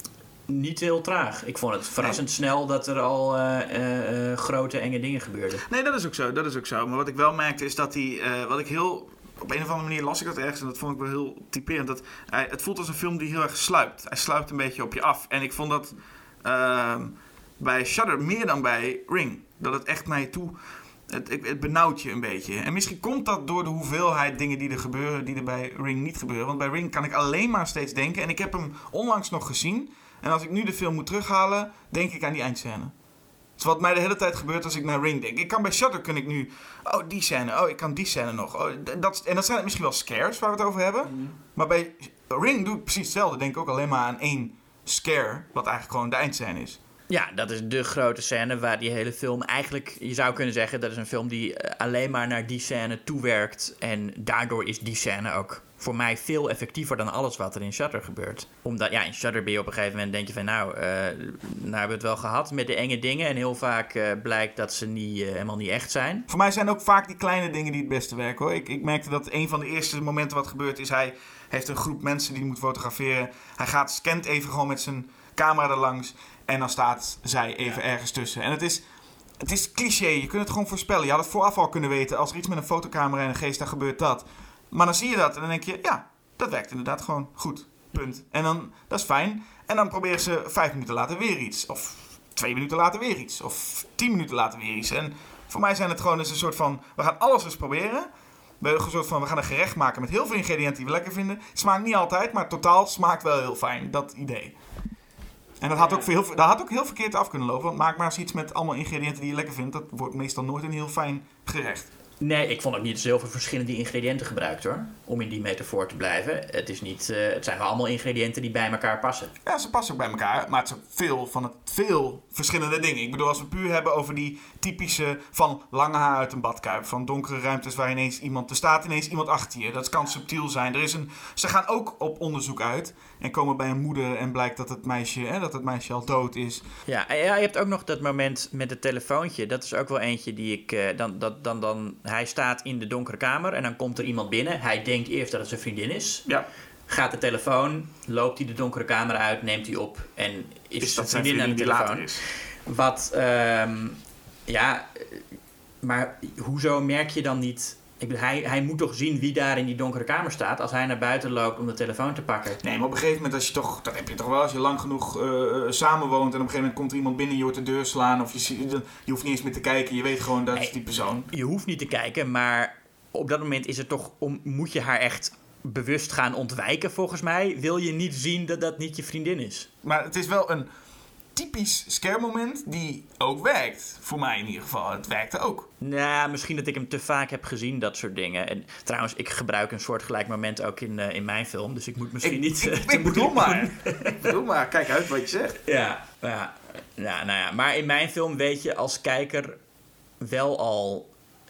niet heel traag. Ik vond het verrassend nee. snel dat er al uh, uh, uh, grote enge dingen gebeurden. Nee, dat is ook zo. Dat is ook zo. Maar wat ik wel merkte is dat hij, uh, wat ik heel... Op een of andere manier las ik dat ergens en dat vond ik wel heel typerend. Dat hij, het voelt als een film die heel erg sluipt. Hij sluipt een beetje op je af. En ik vond dat uh, bij Shudder meer dan bij Ring. Dat het echt naar je toe... Het, het benauwt je een beetje. En misschien komt dat door de hoeveelheid dingen die er gebeuren, die er bij Ring niet gebeuren. Want bij Ring kan ik alleen maar steeds denken. En ik heb hem onlangs nog gezien. En als ik nu de film moet terughalen, denk ik aan die eindscène. Dat is wat mij de hele tijd gebeurt als ik naar Ring denk. Ik kan bij Shudder kun ik nu... Oh, die scène. Oh, ik kan die scène nog. Oh, dat, en dat zijn misschien wel scares waar we het over hebben. Mm. Maar bij Ring doe ik precies hetzelfde. Denk ik ook alleen maar aan één scare. Wat eigenlijk gewoon de eindscène is. Ja, dat is de grote scène waar die hele film eigenlijk... Je zou kunnen zeggen, dat is een film die alleen maar naar die scène toewerkt. En daardoor is die scène ook voor mij veel effectiever dan alles wat er in Shudder gebeurt. Omdat, ja, in Shudder ben je op een gegeven moment denk je van... Nou, uh, nou hebben we het wel gehad met de enge dingen. En heel vaak uh, blijkt dat ze niet, uh, helemaal niet echt zijn. Voor mij zijn ook vaak die kleine dingen die het beste werken, hoor. Ik, ik merkte dat een van de eerste momenten wat gebeurt is... Hij heeft een groep mensen die hij moet fotograferen. Hij gaat, scant even gewoon met zijn camera erlangs... En dan staat zij even ergens tussen. En het is, het is cliché. Je kunt het gewoon voorspellen. Je had het vooraf al kunnen weten. Als er iets met een fotocamera en een geest, dan gebeurt dat. Maar dan zie je dat en dan denk je... Ja, dat werkt inderdaad gewoon goed. Punt. En dan, dat is fijn. En dan proberen ze vijf minuten later weer iets. Of twee minuten later weer iets. Of tien minuten later weer iets. En voor mij zijn het gewoon eens een soort van... We gaan alles eens proberen. We, een soort van, we gaan een gerecht maken met heel veel ingrediënten die we lekker vinden. Het smaakt niet altijd, maar totaal smaakt wel heel fijn. Dat idee. En dat had, ook heel, dat had ook heel verkeerd af kunnen lopen. Want maak maar eens iets met allemaal ingrediënten die je lekker vindt. Dat wordt meestal nooit een heel fijn gerecht. Nee, ik vond ook niet zoveel verschillende ingrediënten gebruikt, hoor. Om in die metafoor te blijven. Het, is niet, uh, het zijn wel allemaal ingrediënten die bij elkaar passen. Ja, ze passen ook bij elkaar. Maar het is ook veel van het veel verschillende dingen. Ik bedoel, als we puur hebben over die typische van lange haar uit een badkuip. Van donkere ruimtes waar ineens iemand... Er staat ineens iemand achter je. Dat kan subtiel zijn. Er is een, ze gaan ook op onderzoek uit. En komen bij een moeder en blijkt dat het meisje, hè, dat het meisje al dood is. Ja, en ja, je hebt ook nog dat moment met het telefoontje. Dat is ook wel eentje die ik... Uh, dan, dat, dan, dan, hij staat in de donkere kamer en dan komt er iemand binnen. Hij denkt eerst dat het zijn vriendin is. Ja. Gaat de telefoon, loopt hij de donkere kamer uit, neemt hij op en is, is zijn dat vriendin, vriendin aan de telefoon. Is. Wat, um, ja, maar hoezo merk je dan niet... Ik bedoel, hij, hij moet toch zien wie daar in die donkere kamer staat als hij naar buiten loopt om de telefoon te pakken. Nee, maar op een gegeven moment, als je toch, dat heb je toch wel als je lang genoeg uh, samenwoont en op een gegeven moment komt er iemand binnen, je hoort de deur slaan of je, je hoeft niet eens meer te kijken, je weet gewoon dat nee, is die persoon. Je hoeft niet te kijken, maar op dat moment is het toch, om, moet je haar echt bewust gaan ontwijken volgens mij. Wil je niet zien dat dat niet je vriendin is. Maar het is wel een typisch scare moment die ook werkt. Voor mij in ieder geval. Het werkte ook. Nou, misschien dat ik hem te vaak heb gezien, dat soort dingen. En trouwens, ik gebruik een soortgelijk moment ook in, uh, in mijn film. Dus ik moet misschien ik, niet... Ik, uh, ik bedoel maar. ik bedoel maar. Kijk uit wat je zegt. Ja, ja, ja, nou ja. Maar in mijn film weet je als kijker wel al...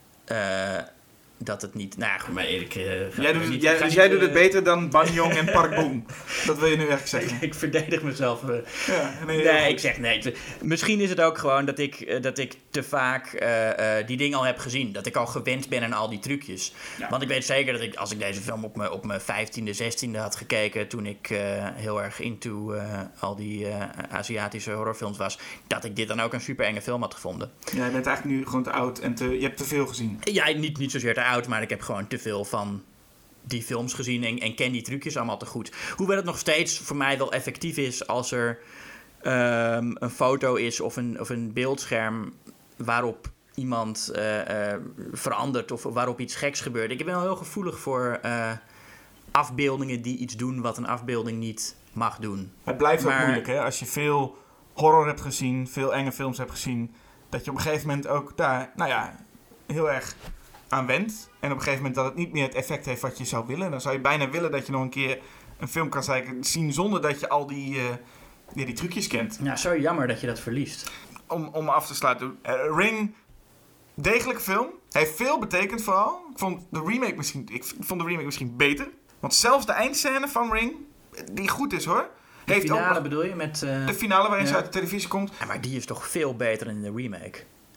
Uh, dat het niet... Nou goed, maar Erik... Uh, jij doet, niet, jij, dus jij uh, doet het beter dan Banjong en Park Boom. Dat wil je nu echt zeggen. ik, ik verdedig mezelf. Uh. Ja, nee, nee, ik zeg nee. Misschien is het ook gewoon dat ik, uh, dat ik te vaak uh, uh, die dingen al heb gezien. Dat ik al gewend ben aan al die trucjes. Ja. Want ik weet zeker dat ik, als ik deze film op mijn op mijn vijftiende, zestiende had gekeken... toen ik uh, heel erg into uh, al die uh, Aziatische horrorfilms was... dat ik dit dan ook een super enge film had gevonden. Ja, je bent eigenlijk nu gewoon te oud en te, je hebt te veel gezien. Ja, niet, niet zozeer te oud. Maar ik heb gewoon te veel van die films gezien en, en ken die trucjes allemaal te goed. Hoewel het nog steeds voor mij wel effectief is als er um, een foto is of een, of een beeldscherm waarop iemand uh, uh, verandert of waarop iets geks gebeurt. Ik ben wel heel gevoelig voor uh, afbeeldingen die iets doen wat een afbeelding niet mag doen. Het blijft maar, ook moeilijk, hè? Als je veel horror hebt gezien, veel enge films hebt gezien, dat je op een gegeven moment ook daar, nou ja, heel erg aan wendt. En op een gegeven moment dat het niet meer het effect heeft wat je zou willen. Dan zou je bijna willen dat je nog een keer een film kan zien zonder dat je al die, uh, die, die trucjes kent. Ja, zo jammer dat je dat verliest. Om, om af te sluiten. Uh, Ring degelijke film. Hij heeft veel betekend vooral. Ik vond de remake misschien, ik vond de remake misschien beter. Want zelfs de eindscène van Ring, die goed is hoor. De heeft finale ook nog, bedoel je? Met, uh... de finale waarin ja. ze uit de televisie komt. Ja, maar die is toch veel beter dan in de remake?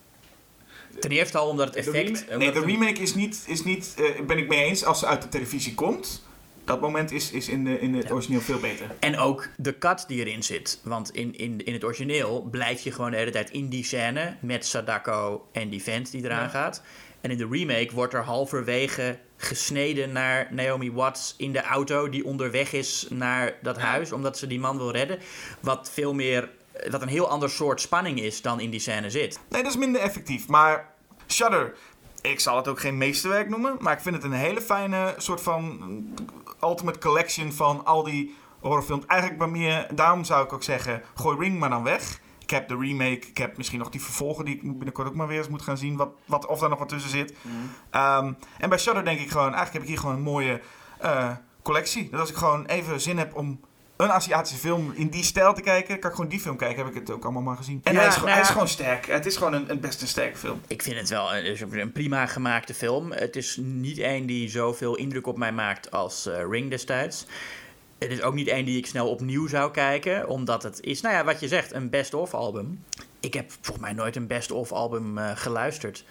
Ten eerste al omdat het effect... De nee, de remake is niet, is niet uh, ben ik mee eens, als ze uit de televisie komt. Dat moment is, is in, de, in het ja. origineel veel beter. En ook de cut die erin zit. Want in, in, in het origineel blijf je gewoon de hele tijd in die scène met Sadako en die vent die eraan ja. gaat. En in de remake wordt er halverwege gesneden naar Naomi Watts in de auto die onderweg is naar dat huis, omdat ze die man wil redden. Wat veel meer, wat een heel ander soort spanning is dan in die scène zit. Nee, dat is minder effectief. Maar Shudder, ik zal het ook geen meesterwerk noemen, maar ik vind het een hele fijne soort van ultimate collection van al die horrorfilms. Eigenlijk bij meer, daarom zou ik ook zeggen, gooi Ring maar dan weg. Ik heb de remake, ik heb misschien nog die vervolgen die ik binnenkort ook maar weer eens moet gaan zien, wat, wat, of daar nog wat tussen zit. Mm. Um, en bij Shudder denk ik gewoon, eigenlijk heb ik hier gewoon een mooie uh, collectie. Dat als ik gewoon even zin heb om een Aziatische film in die stijl te kijken, kan ik gewoon die film kijken, heb ik het ook allemaal maar gezien. En ja, hij, is gewoon, nou, hij is gewoon sterk. Het is gewoon een, een best een sterke film. Ik vind het wel een, een prima gemaakte film. Het is niet één die zoveel indruk op mij maakt als uh, Ring destijds. Het is ook niet één die ik snel opnieuw zou kijken, omdat het is, nou ja, wat je zegt, een best-of album. Ik heb volgens mij nooit een best-of album uh, geluisterd.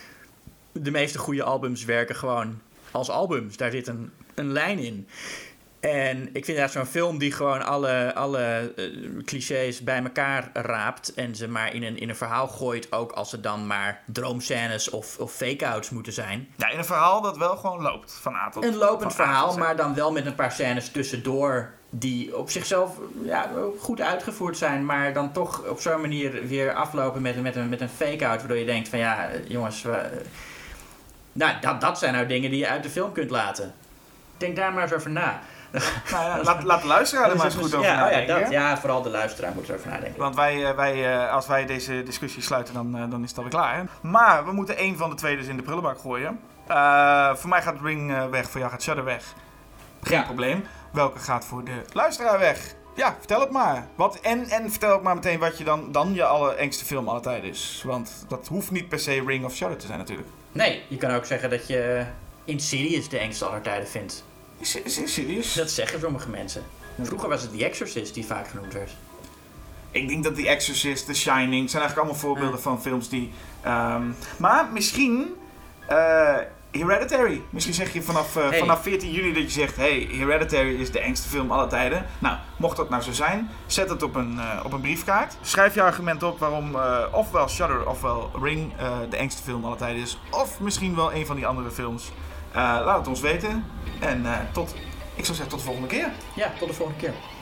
De meeste goede albums werken gewoon als albums. Daar zit een, een lijn in. En ik vind dat zo'n film die gewoon alle, alle uh, clichés bij elkaar raapt en ze maar in een, in een verhaal gooit, ook als ze dan maar droomscènes of, of fake-outs moeten zijn. Ja, in een verhaal dat wel gewoon loopt van A tot Een lopend verhaal, maar dan wel met een paar scènes tussendoor die op zichzelf ja, goed uitgevoerd zijn, maar dan toch op zo'n manier weer aflopen met, met, een, met een fake-out, waardoor je denkt van ja, jongens, we, nou, dat, dat zijn nou dingen die je uit de film kunt laten. Denk daar maar eens over na. Nou ja, laat, laat de luisteraar er maar eens goed over ja, nadenken. Oh ja, dat, ja, vooral de luisteraar moet erover nadenken. Want wij, wij, als wij deze discussie sluiten, dan, dan is het alweer klaar. Hè? Maar we moeten één van de twee dus in de prullenbak gooien. Uh, voor mij gaat Ring weg, voor jou gaat Shudder weg. Geen ja. probleem. Welke gaat voor de luisteraar weg? Ja, vertel het maar. Wat, en, en vertel ook maar meteen wat je dan, dan je allerengste film aller tijden is. Want dat hoeft niet per se Ring of Shudder te zijn natuurlijk. Nee, je kan ook zeggen dat je Insidious de engste aller tijden vindt. Is, is Insidious? Dat zeggen sommige mensen. Vroeger was het The Exorcist die vaak genoemd werd. Ik denk dat The Exorcist, The Shining, zijn eigenlijk allemaal voorbeelden ja. van films die... Um, maar misschien... Uh, Hereditary. Misschien zeg je vanaf, uh, hey. vanaf veertien juni dat je zegt... Hey, Hereditary is de engste film aller tijden. Nou, mocht dat nou zo zijn, zet het op een, uh, op een briefkaart. Schrijf je argument op waarom uh, ofwel Shudder ofwel Ring uh, de engste film aller tijden is. Of misschien wel een van die andere films. Uh, laat het ons weten. En uh, tot, ik zou zeggen tot de volgende keer. Ja, tot de volgende keer.